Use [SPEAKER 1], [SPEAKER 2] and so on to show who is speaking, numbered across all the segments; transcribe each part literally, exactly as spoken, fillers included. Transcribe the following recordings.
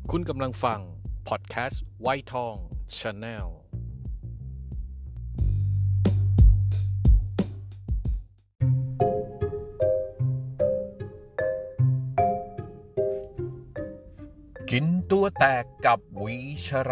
[SPEAKER 1] คุณกำลังฟังพอดแคสต์ไวท์ทอง Channel กินตัวแตกกับวิชรา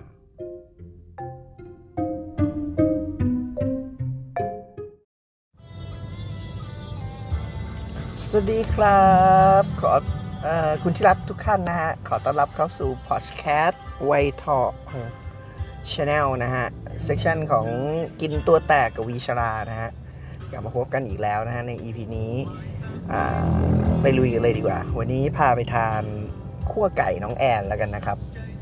[SPEAKER 2] สวัสดีครับขอเอ่อคุณที่รับทุกท่านนะฮะขอต้อนรับเข้าสู่พอดแคสต์ไวท์ทอล์ก Channel นะฮะเซสชันของกินตัวแตกกับวิชรานะฮะกลับมาพบกันอีกแล้วนะฮะใน อี พี นี้ไปลุยกันเลยดีกว่าวันนี้พาไปทานคั่วไก่น้องแอนแล้วกันนะครับ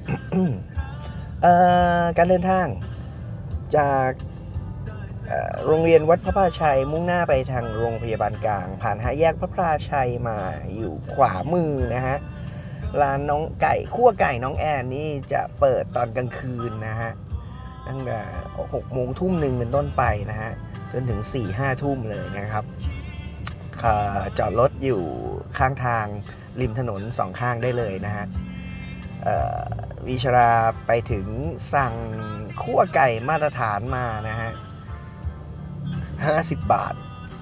[SPEAKER 2] การเดินทางจากโรงเรียนวัดพระพลาชัยมุ่งหน้าไปทางโรงพยาบาลกลางผ่านห้าแยกพระพลาชัยมาอยู่ขวามือนะฮะร้านน้องไก่คั่วไก่น้องแอนนี่จะเปิดตอนกลางคืนนะฮะตั้งแต่หกโมงทุ่มหนึ่งเป็นต้นไปนะฮะจนถึงสี่ห้าทุ่มเลยนะครับจอดรถอยู่ข้างทางริมถนนสองข้างได้เลยนะฮะวิชราไปถึงสั่งคั่วไก่มาตรฐานมานะฮะห้าสิบบาท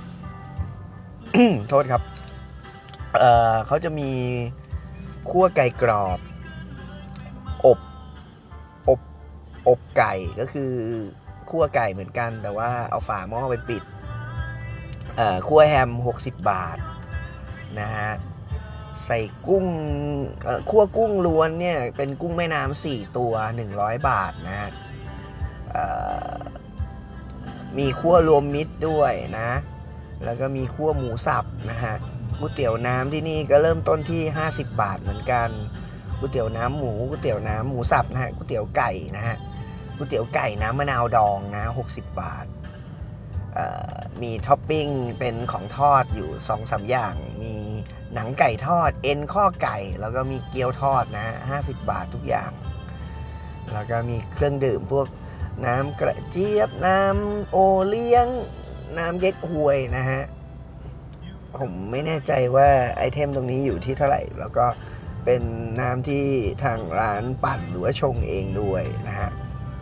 [SPEAKER 2] โทษครับ เอ่อเขาจะมีคั่วไก่กรอบอบอบอบไก่ก็คือคั่วไก่เหมือนกันแต่ว่าเอาฝาหม้อไปปิดเอ่อคั่วแฮมหกสิบบาทนะฮะใส่กุ้งเอ่อคั่วกุ้งล้วนเนี่ยเป็นกุ้งแม่น้ำสี่ตัวหนึ่งร้อยบาทนะฮะเอ่อมีคั่วรวมมิตรด้วยนะแล้วก็มีคั่วหมูสับนะฮะก๋วยเตี๋ยวน้ำที่นี่ก็เริ่มต้นที่ห้าสิบบาทเหมือนกันก๋วยเตี๋ยวน้ำหมูก๋วยเตี๋ยวน้ำหมูสับนะฮะก๋วยเตี๋ยวไก่นะฮะก๋วยเตี๋ยวไก่น้ำมะนาวดองนะหกสิบบาทมีท็อปปิ้งเป็นของทอดอยู่ สองสาม อย่างมีหนังไก่ทอดเอ็นข้อไก่แล้วก็มีเกี๊ยวทอดนะห้าสิบบาททุกอย่างแล้วก็มีเครื่องดื่มพวกน้ำกระเจี๊ยบน้ำโอเลี้ยงน้ำเก๊กฮวยนะฮะผมไม่แน่ใจว่าไอเทมตรงนี้อยู่ที่เท่าไหร่แล้วก็เป็นน้ำที่ทางร้านปั่นหรือว่าชงเองด้วยนะฮะ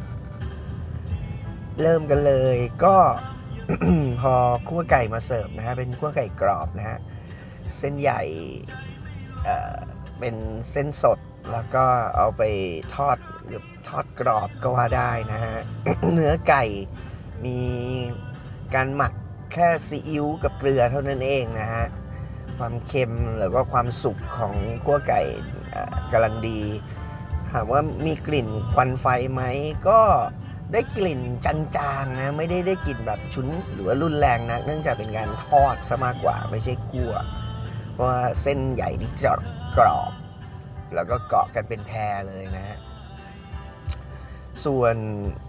[SPEAKER 2] เริ่มกันเลยก็ พอคั่วไก่มาเสิร์ฟนะฮะเป็นคั่วไก่กรอบนะฮะเส้นใหญ่เอ่อเป็นเส้นสดแล้วก็เอาไปทอดหรือทอดกรอบก็ว่าได้นะฮะ เนื้อไก่มีการหมักแค่ซีอิ๊วกับเกลือเท่านั้นเองนะฮะความเค็มหรือว่าความสุกของคั่วไก่กำลังดีถามว่ามีกลิ่นควันไฟไหมก็ได้กลิ่นจางๆนะไม่ได้ได้กลิ่นแบบฉุนหรือว่ารุนแรงนะเนื่องจากเป็นการทอดซะมากกว่าไม่ใช่คั่วเพราะว่าเส้นใหญ่ที่กรอบแล้วก็เกาะกันเป็นแพรเลยนะฮะส่วน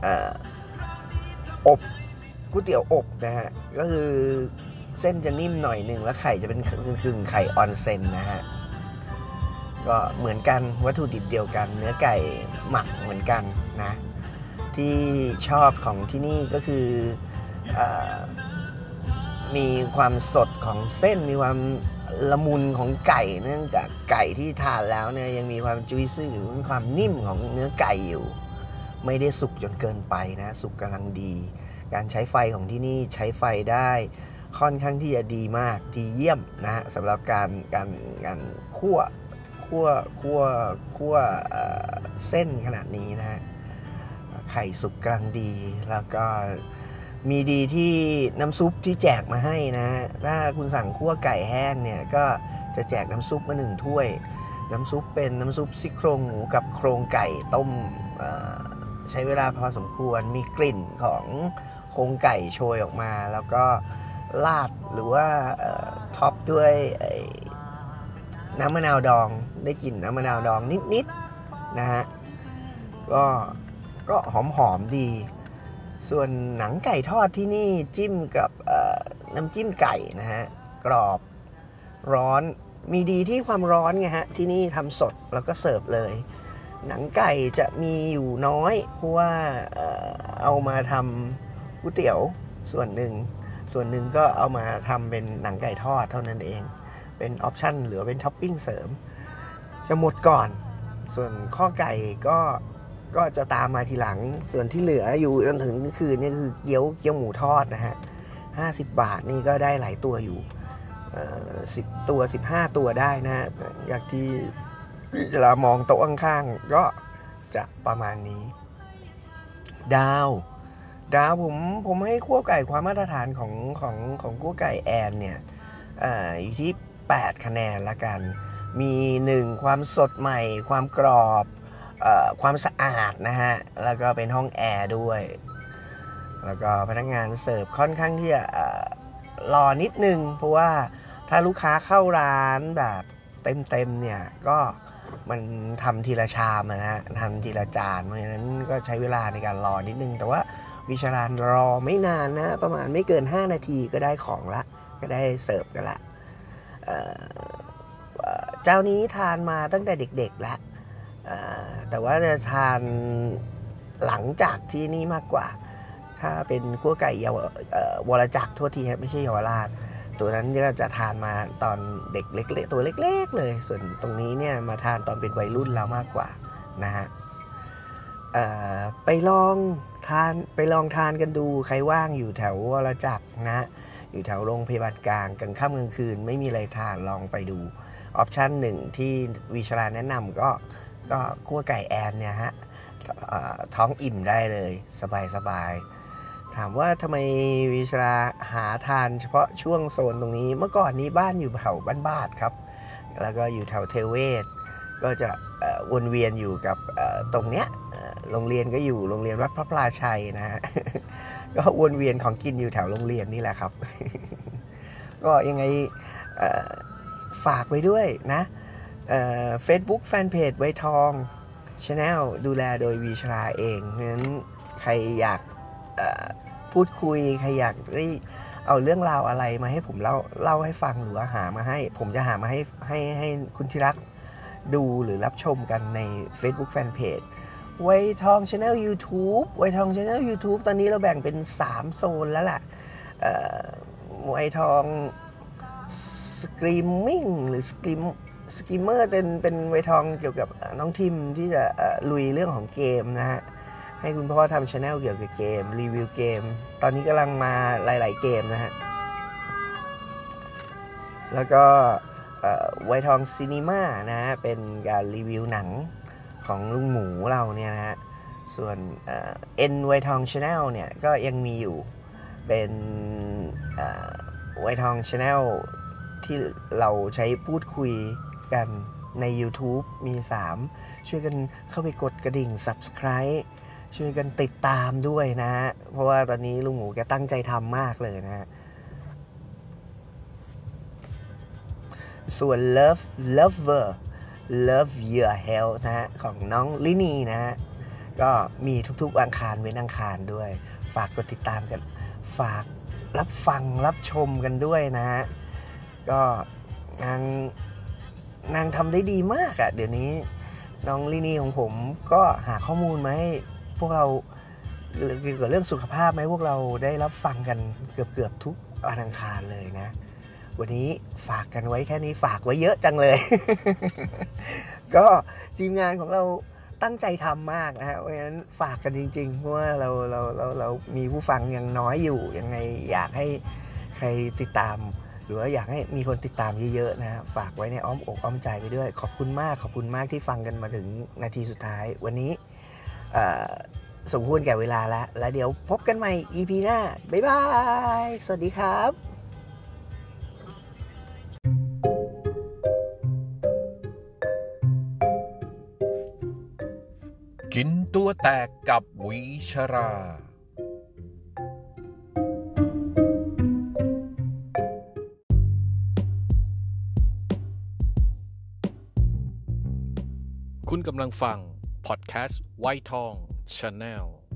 [SPEAKER 2] อบก๋วยเตี๋ยวอบนะฮะก็คือเส้นจะนิ่มหน่อยหนึ่งแล้วไข่จะเป็นกึ่งไข่ออนเซ็นนะฮะก็เหมือนกันวัตถุดิบเดียวกันเนื้อไก่หมักเหมือนกันนะที่ชอบของที่นี่ก็คือเอ่อมีความสดของเส้นมีความละมุนของไก่เนื่องจากไก่ที่ทานแล้วเนี่ยยังมีความจุยซี่หรือความนิ่มของเนื้อไก่อยู่ไม่ได้สุกจนเกินไปนะสุกกำลังดีการใช้ไฟของที่นี่ใช้ไฟได้ค่อนข้างที่จะดีมากดีเยี่ยมนะฮะสำหรับการการการคั่วคั่วคั่วคั่วเส้นขนาดนี้นะฮะไข่สุกกำลังดีแล้วก็มีดีที่น้ำซุปที่แจกมาให้นะถ้าคุณสั่งคั่วไก่แห้งเนี่ยก็จะแจกน้ำซุปมาหนึ่งถ้วยน้ำซุปเป็นน้ำซุปซี่โครงหมูกับโครงไก่ต้มใช้เวลาพอสมควรมีกลิ่นของโครงไก่โชยออกมาแล้วก็ราดหรือว่าท็อปด้วยน้ำมะนาวดองได้กลิ่นน้ำมะนาวดองนิดๆนะฮะก็ก็หอมๆดีส่วนหนังไก่ทอดที่นี่จิ้มกับน้ำจิ้มไก่นะฮะกรอบร้อนมีดีที่ความร้อนไงฮะที่นี่ทำสดแล้วก็เสิร์ฟเลยหนังไก่จะมีอยู่น้อยเพราะว่าเอามาทำก๋วยเตี๋ยวส่วนหนึ่งส่วนหนึ่งก็เอามาทำเป็นหนังไก่ทอดเท่านั้นเองเป็นออปชั่นหรือเป็นท็อปปิ้งเสริมจะหมดก่อนส่วนข้อไก่ก็ก็จะตามมาทีหลังส่วนที่เหลืออยู่จนถึงคืนนี่คือเกี๊ยวเกี๊ยวหมูทอดนะฮะห้าสิบบาทนี่ก็ได้หลายตัวอยู่เอ่อสิบตัวสิบห้าตัวได้นะฮะอยากที่เวลามองโต๊ะข้างๆก็จะประมาณนี้ดาวดาวผมผมให้คั่วไก่ความมาตรฐานของของของคั่วไก่แอนเนี่ยออยู่ที่แปดคะแนนละกันมีหนึ่งความสดใหม่ความกรอบเอ่อความสะอาดนะฮะแล้วก็เป็นห้องแอร์ด้วยแล้วก็พนักงานเสิร์ฟค่อนข้างที่จะรอนิดนึงเพราะว่าถ้าลูกค้าเข้าร้านแบบเต็มๆเนี่ยก็มันทำทีละชามนะฮะทำทีละจานเพราะฉะนั้นก็ใช้เวลาในการรอนิดนึงแต่ว่าวิชารานรอไม่นานนะประมาณไม่เกินห้านาทีก็ได้ของละก็ได้เสิร์ฟกันละเอ่อเจ้านี้ทานมาตั้งแต่เด็กๆแล้วแต่ว่าจะทานหลังจากที่นี่มากกว่าถ้าเป็นคั่วไก่เยาววรจักรโทษทีครับไม่ใช่เยาวราชตัวนั้นก็จะทานมาตอนเด็กเล็กๆตัวเล็กๆเลยส่วนตรงนี้เนี่ยมาทานตอนเป็นวัยรุ่นแล้วมากกว่านะฮะไปลองทานไปลองทานกันดูใครว่างอยู่แถววรจักรนะอยู่แถวโรงพยาบาลกลางกลางค่ำกลางคืนไม่มีอะไรทานลองไปดูออปชันหนึ่งที่วิชาราแนะนำก็ก็คั่วไก่แอนเนี่ยฮะท้องอิ่มได้เลยสบายๆถามว่าทำไมวิชาหาทานเฉพาะช่วงโซนตรงนี้เมื่อก่อนนี้บ้านอยู่แถวบ้านบาดครับแล้วก็อยู่แถวเทเวศก็จะวนเวียนอยู่กับตรงเนี้ยโรงเรียนก็อยู่โรงเรียนวัดพระพลาชัยนะฮะก็วนเวียนของกินอยู่แถวโรงเรียนนี่แหละครับ ก็ยังไงฝากไว้ด้วยนะเฟซบุ๊กแฟนเพจไวทอง Channel ดูแลโดยวิชราเองเพราะฉะนั้นใครอยากพูดคุยใครอยากได้เอาเรื่องราวอะไรมาให้ผมเล่าเล่าให้ฟังหรือว่าหามาให้ผมจะหามาให้ให้ให้คุณที่รักดูหรือรับชมกันใน Facebook Fanpage ไวทอง Channel YouTube ไวทอง Channel YouTube ตอนนี้เราแบ่งเป็นสามโซนแล้วล่ะไวทองสกรีมมิ่งหรือสกรีมสกรีมเมอร์เป็นเป็นไวทองเกี่ยวกับน้องทิมที่จะลุยเรื่องของเกมนะฮะให้คุณพ่อทำ channel เกี่ยวกับเกมรีวิวเกมตอนนี้กำลังมาหลายๆเกมนะฮะแล้วก็ไวทองซีนีมานะฮะเป็นการรีวิวหนังของลุงหมูเราเนี่ยนะฮะส่วนเอ็นไวทอง channel เนี่ยก็ยังมีอยู่เป็นไวทอง channel ที่เราใช้พูดคุยกันใน YouTube มีสามช่วยกันเข้าไปกดกระดิ่ง Subscribe ช่วยกันติดตามด้วยนะฮะเพราะว่าตอนนี้ลุงหมูแกตั้งใจทำมากเลยนะฮะส่วน Love Lover Love Your Health นะฮะของน้องลินีนะฮะก็มีทุกๆอังคารเว้นอังคารด้วยฝากกดติดตามกันฝากรับฟังรับชมกันด้วยนะฮะก็นางนางทำได้ดีมากอะเดี๋ยวนี้น้องลินีของผมก็หาข้อมูลมาให้พวกเราเกี่ยวกับเรื่องสุขภาพไหมพวกเราได้รับฟังกันเกือบเกือบทุกวันอังคารเลยนะวันนี้ฝากกันไว้แค่นี้ฝากไว้เยอะจังเลย ก็ทีมงานของเราตั้งใจทำมากนะฮะเพราะฉะนั้นฝากกันจริงๆเพราะว่าเราเราเราเรามีผู้ฟังยังน้อยอยู่ยังไงอยากให้ใครติดตามหรือว่าอยากให้มีคนติดตามเยอะๆนะฝากไว้ในอ้อมอกอ้อมใจไปด้วยขอบคุณมากขอบคุณมากที่ฟังกันมาถึงนาทีสุดท้ายวันนี้สมควรแก่เวลาแล้วแล้วเดี๋ยวพบกันใหม่ อี พี หน้าบ๊ายบายสวัสดีครับ
[SPEAKER 1] กินตัวแตกกับวิชราคุณกำลังฟังพอดแคสต์ไวท์ทอง Channel